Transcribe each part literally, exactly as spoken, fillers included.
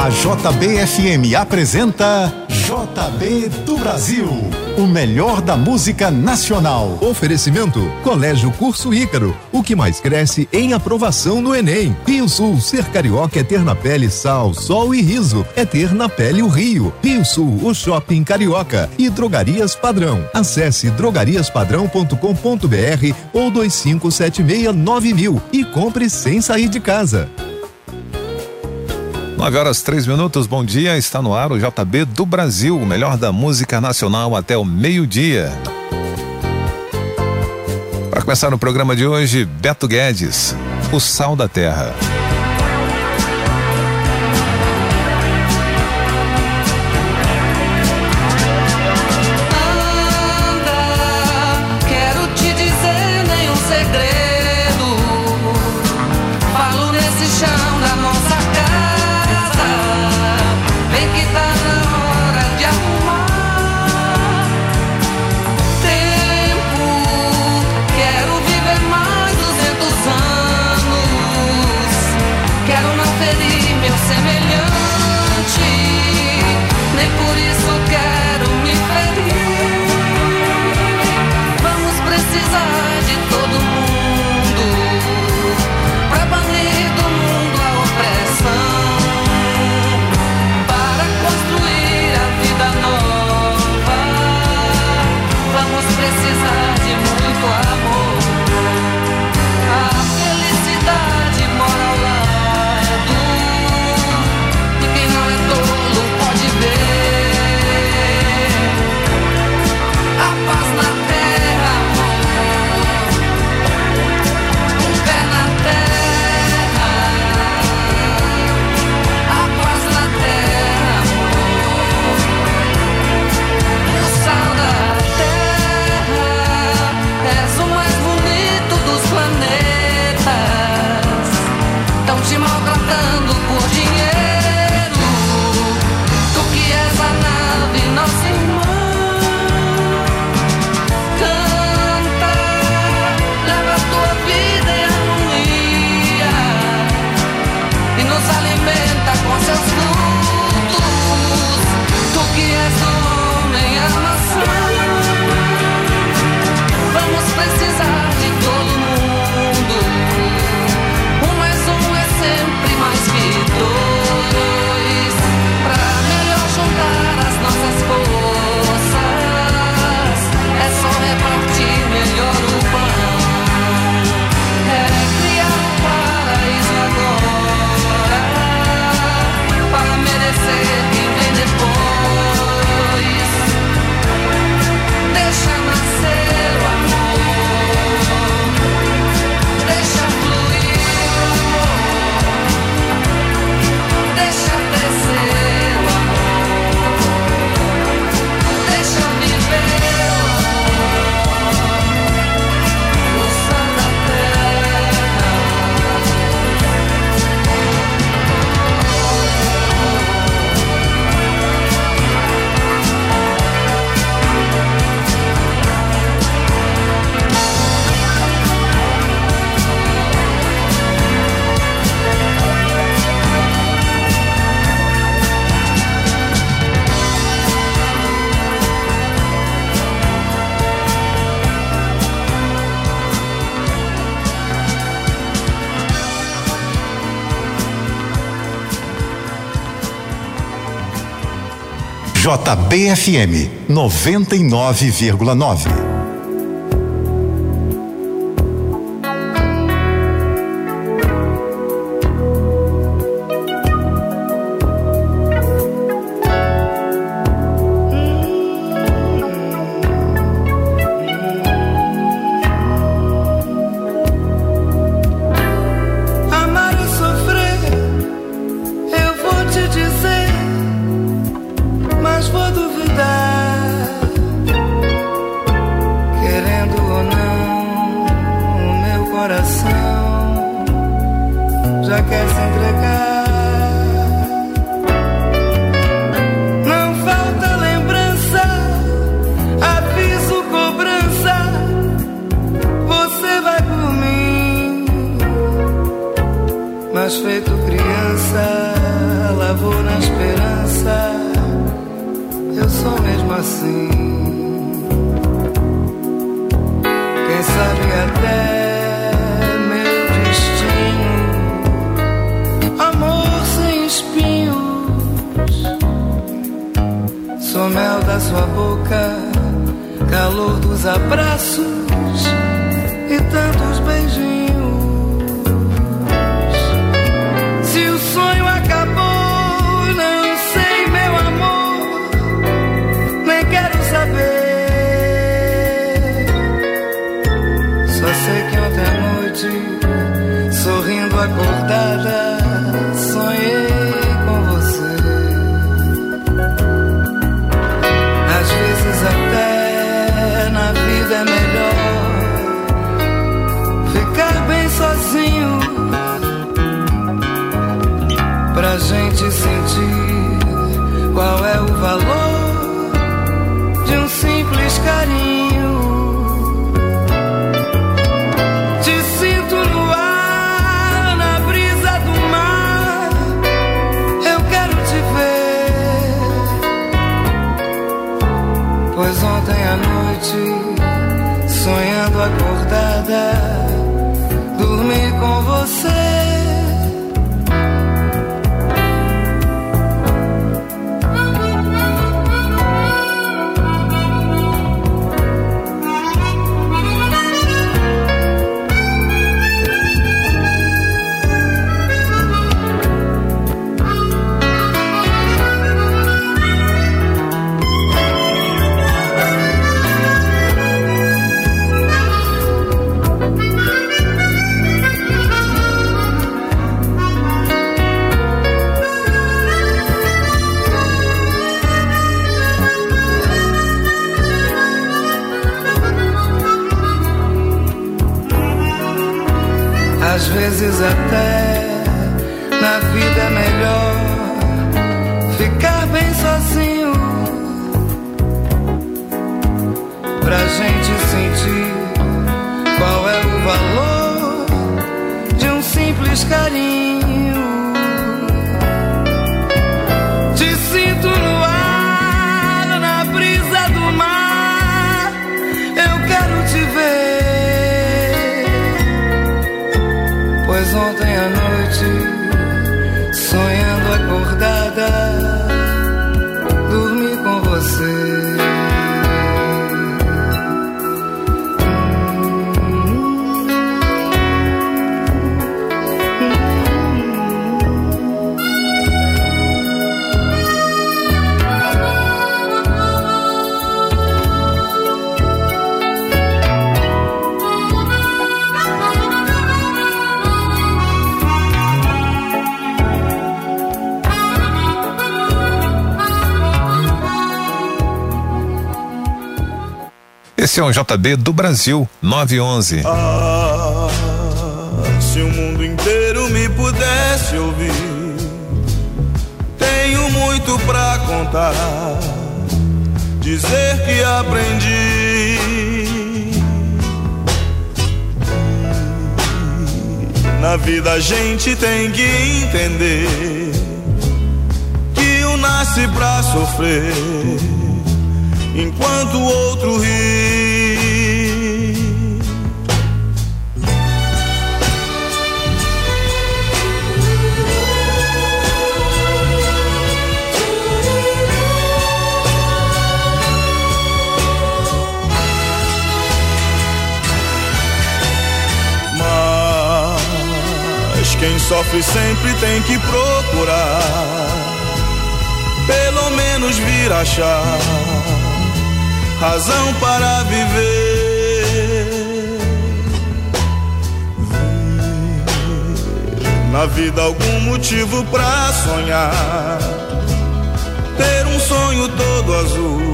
A J B F M apresenta J B do Brasil, o melhor da música nacional. Oferecimento Colégio Curso Ícaro, o que mais cresce em aprovação no Enem. Rio Sul, ser carioca é ter na pele sal, sol e riso, é ter na pele o Rio. Rio Sul, o shopping carioca. E Drogarias Padrão. Acesse drogarias padrão ponto com ponto b r ou dois cinco sete seis nove mil e compre sem sair de casa. nove horas três minutos, bom dia, está no ar o J B do Brasil, o melhor da música nacional até o meio-dia. Para começar o programa de hoje, Beto Guedes, O Sal da Terra. J B F M noventa e nove vírgula nove. Vou duvidar. Sou mel da sua boca, calor dos abraços e tantos beijinhos. Se o sonho acabou, não sei, meu amor, nem quero saber. Só sei que ontem à noite, sorrindo acordada, sonhei com você. Às vezes até na vida é melhor ficar bem sozinho, pra gente sentir qual é o valor de um simples carinho. Te sinto no ar, na brisa do mar, eu quero te ver. Pois ontem à noite, sonhando acordada, dormi com você. Às vezes até na vida é melhor ficar bem sozinho, pra gente sentir qual é o valor de um simples carinho. Te sinto no ar, na brisa do mar, eu quero te ver. Pois ontem à noite, sonhando acordada, dormi com você. Esse é o J B do Brasil, nove e onze. Ah, se o mundo inteiro me pudesse ouvir, tenho muito pra contar, dizer que aprendi. Na vida a gente tem que entender que um nasce pra sofrer, enquanto o outro ri. Mas quem sofre sempre tem que procurar, pelo menos vir achar razão para viver. Na vida algum motivo pra sonhar, ter um sonho todo azul,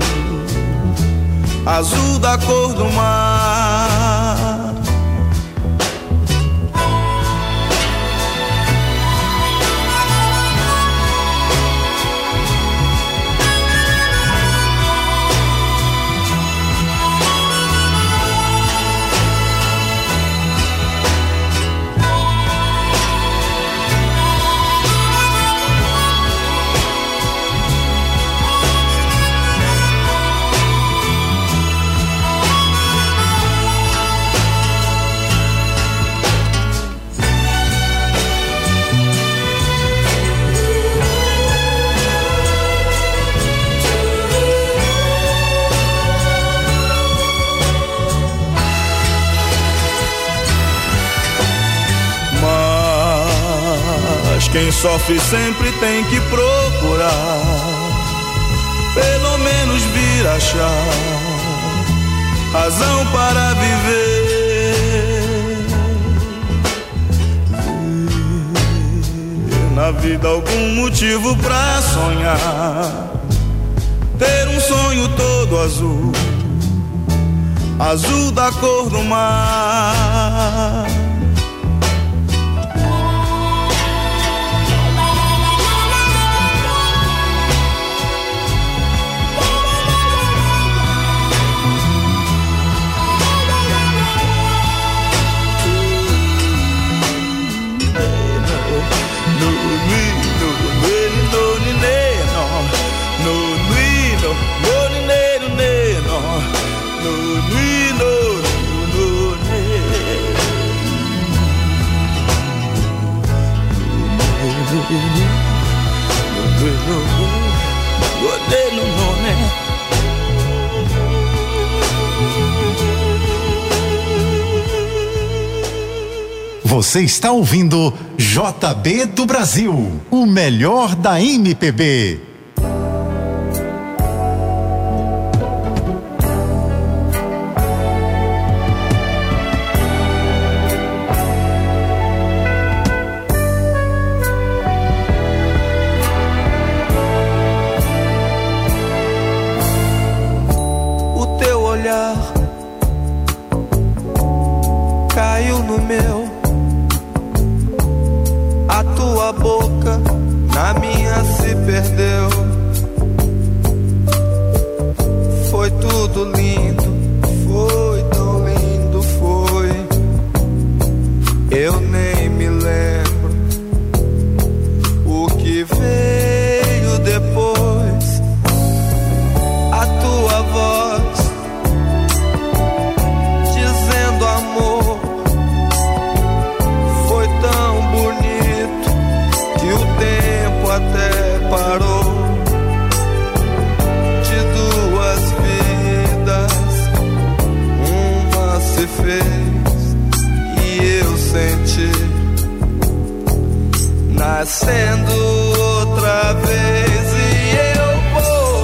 azul da cor do mar. Quem sofre sempre tem que procurar, pelo menos vir achar razão para viver. Ver na vida algum motivo pra sonhar, ter um sonho todo azul, azul da cor do mar. Você está ouvindo J B do Brasil, o melhor da M P B. O teu olhar caiu no meu, a tua boca na minha se perdeu. Foi tudo lindo, foi tão lindo, foi. Eu nem me lembro o que veio depois. A tua voz dizendo amor foi tão bonito que o tempo até parou. De duas vidas, uma se fez e eu senti nascendo outra vez. E eu vou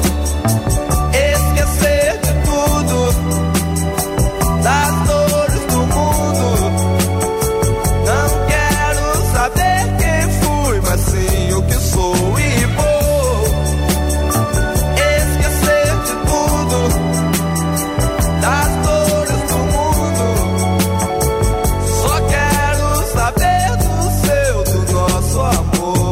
esquecer de tudo, das dores do mundo. Não quero saber quem fui, mas sim o que sou. E vou esquecer de tudo, das dores do mundo. Só quero saber do seu, do nosso amor.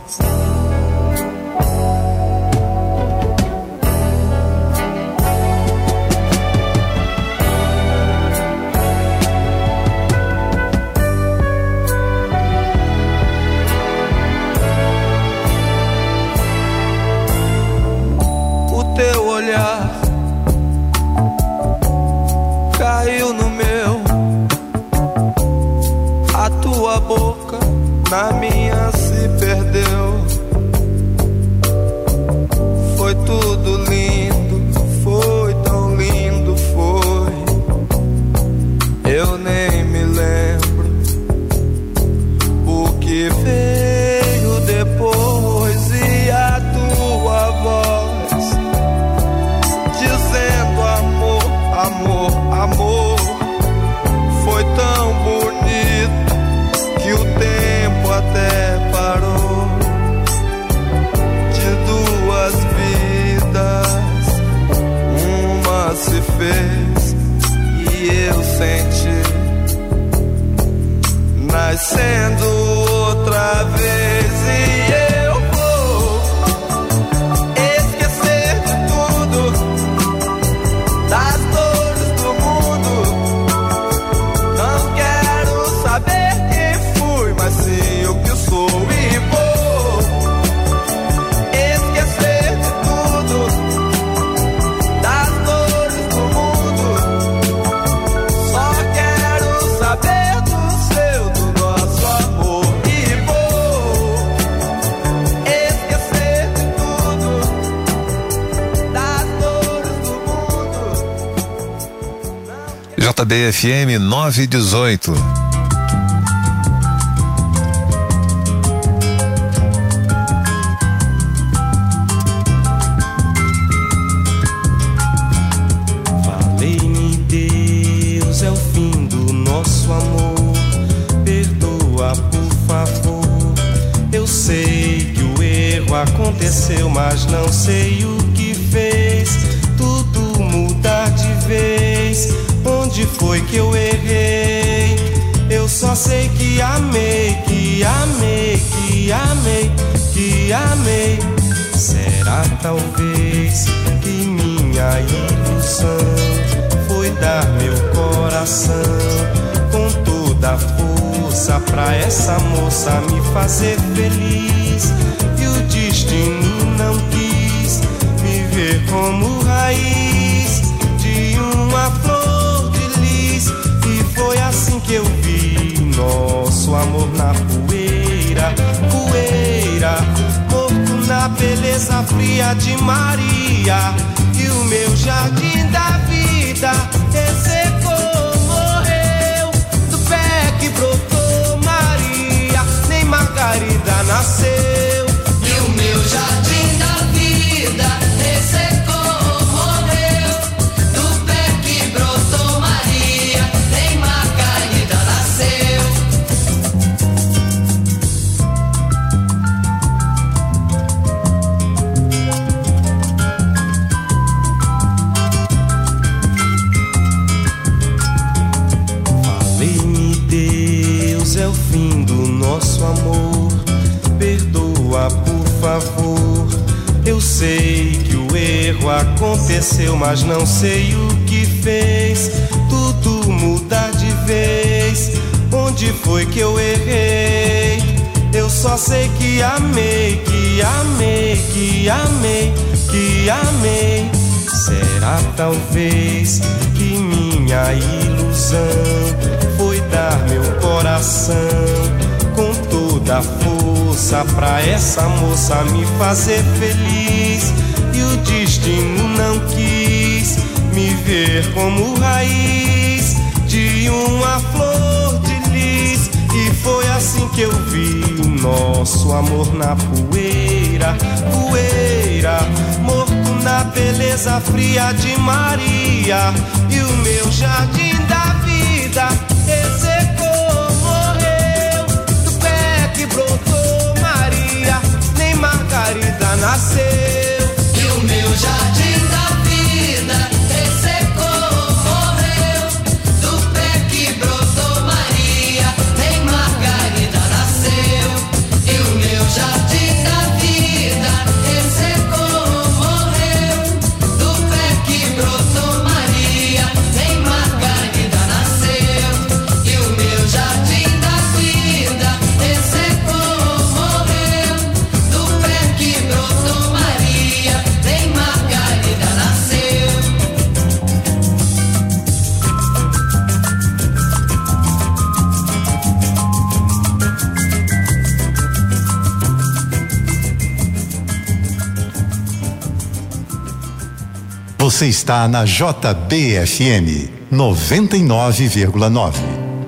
O teu olhar caiu no meu, a tua boca na minha se perdeu. Foi tudo lindo, foi tão lindo, foi. Eu nem me lembro o que veio depois. E a tua voz dizendo amor, amor, amor foi tão bonito que o tempo até parou. De duas vidas, uma se fez e eu senti nascendo outra vez. E eu vou esquecer de tudo, das dores do mundo. Não quero saber quem fui, mas sim o que sou. E vou esquecer de tudo, das dores do mundo. Só quero saber do seu, do nosso amor. E vou esquecer de tudo, das dores do mundo. J B F M nove dezoito. sei que o erro aconteceu, mas não sei o que fez tudo mudar de vez. Onde foi que eu errei? Eu só sei que amei, que amei, que amei, que amei. Será talvez que minha ilusão foi dar meu coração com toda a força pra essa moça me fazer feliz? E o destino não quis me ver como raiz de uma flor de lis. E foi assim que eu vi nosso amor na poeira, poeira, morto na beleza fria de Maria. E o meu jardim da vida ressecou, morreu do pé que brotou Maria, nem Margarida nasceu. E o meu jardim da vida ressecou, morreu do pé que brotou Maria, nem Margarida nasceu. Falei-me, Deus, é o fim do nosso amor. Perdoa, por favor. Eu sei que o erro aconteceu, mas não sei o que fez tudo mudar de vez. Onde foi que eu errei? Eu só sei que amei, que amei, que amei, que amei. Será talvez que minha ilusão foi dar meu coração com toda a força pra essa moça me fazer feliz? E o destino não quis me ver como raiz de uma flor de lis. E foi assim que eu vi nosso amor na poeira, poeira, morto na beleza fria de Maria. E o meu jardim da vida ressecou, morreu do pé que brotou Maria, nem Margarida nasceu. E o meu jardim da vida ressecou, morreu do pé que brotou Maria, nem Margarida nasceu. E o meu jardim da vida ressecou, morreu do pé que brotou Maria, nem Margarida nasceu. E o meu jardim da vida ressecou, morreu do pé que brotou Maria, nem Margarida nasceu. Você está na J B F M noventa e nove vírgula nove.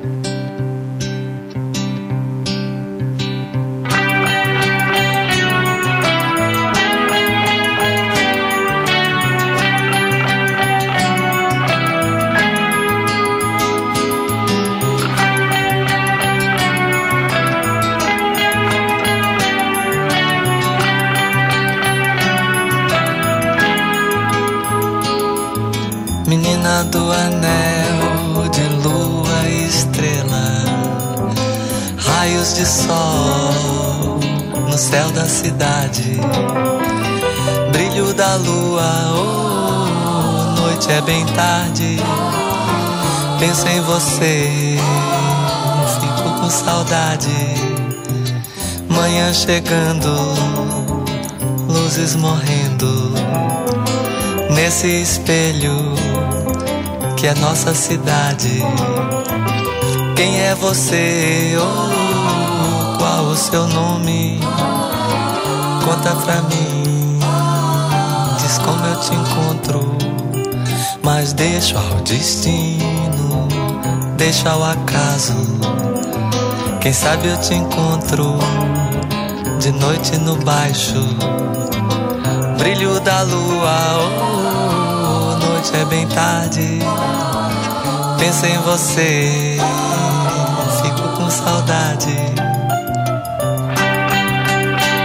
Menina do anel de lua e estrela, raios de sol no céu da cidade, brilho da lua, oh, noite é bem tarde. Penso em você, fico com saudade. Manhã chegando, luzes morrendo nesse espelho que é nossa cidade. Quem é você? Oh, qual o seu nome? Conta pra mim, diz como eu te encontro. Mas deixa ao destino, deixa ao acaso. Quem sabe eu te encontro de noite no baixo, brilho da lua, oh, noite é bem tarde. Penso em você, fico com saudade.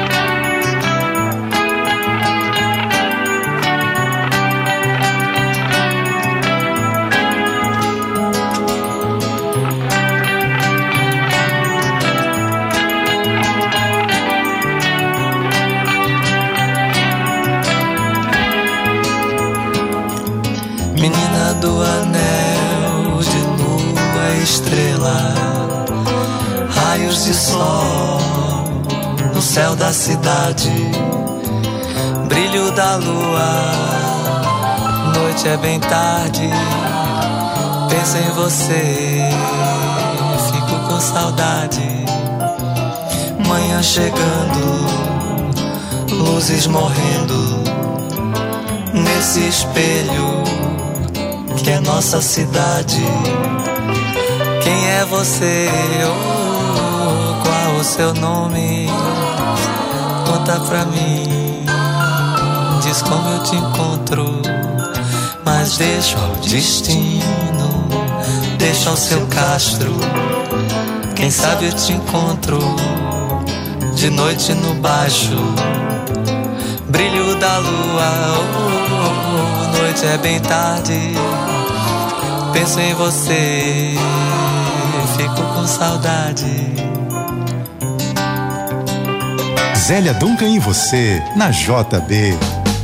do anel de lua e estrela, raios de sol no céu da cidade, brilho da lua, noite é bem tarde, penso em você, fico com saudade. Manhã chegando, luzes morrendo nesse espelho que é nossa cidade. Quem é você? Oh, qual o seu nome? Conta pra mim, diz como eu te encontro, mas deixa ao destino, deixa ao seu castro. Quem sabe eu te encontro de noite no baixo, brilho da lua, oh, oh, noite é bem tarde, penso em você, fico com saudade. Zélia Duncan e você, na J B.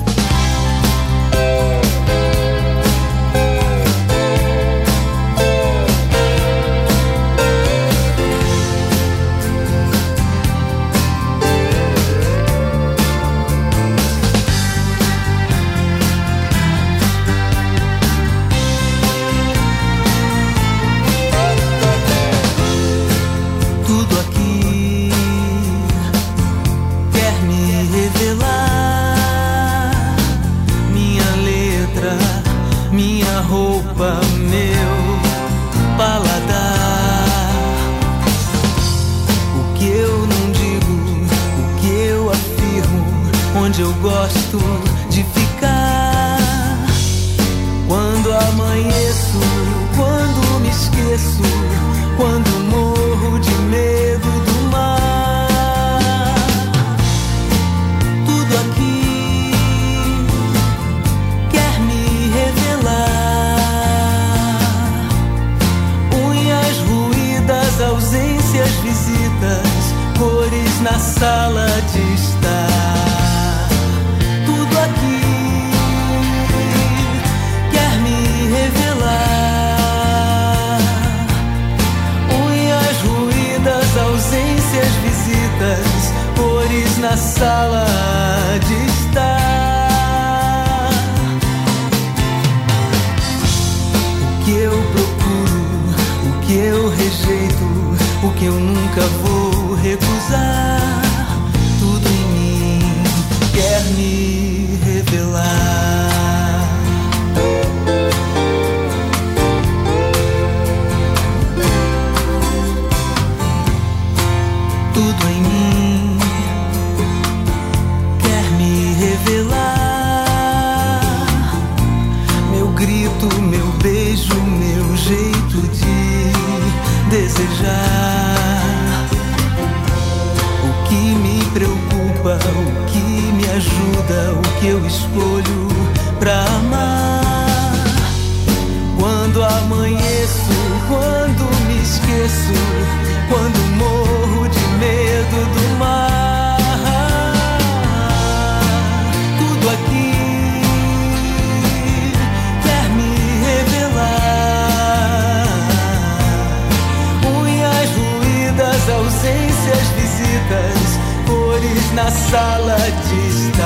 Na sala de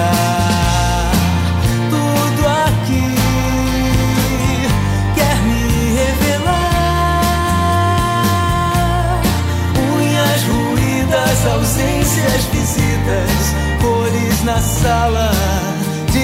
estar, tudo aqui quer me revelar. Unhas ruídas, ausências, visitas, cores na sala de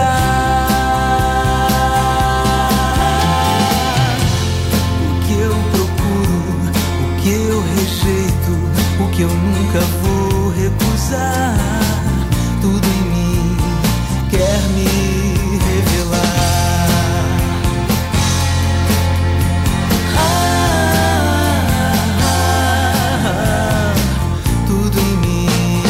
estar. O que eu procuro, o que eu rejeito, o que eu nunca vou recusar, tudo em mim quer me revelar. Ah, ah, ah, tudo em mim.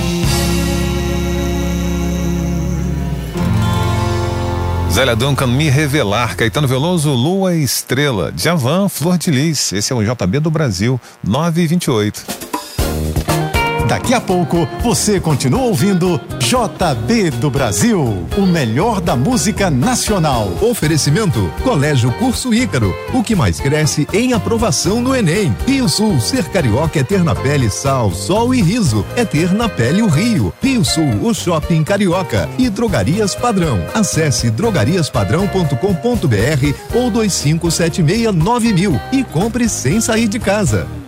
Zélia Duncan, Me Revelar. Caetano Veloso, Lua e Estrela. Djavan, Flor de Lis. Esse é o J B do Brasil, nove e vinte e oito. Daqui a pouco você continua ouvindo J B do Brasil, o melhor da música nacional. Oferecimento Colégio Curso Ícaro, o que mais cresce em aprovação no Enem. Rio Sul, ser carioca é ter na pele sal, sol e riso, é ter na pele o Rio. Rio Sul, o shopping carioca e Drogarias Padrão. Acesse drogarias padrão ponto com ponto br ou dois cinco sete seis nove mil e compre sem sair de casa.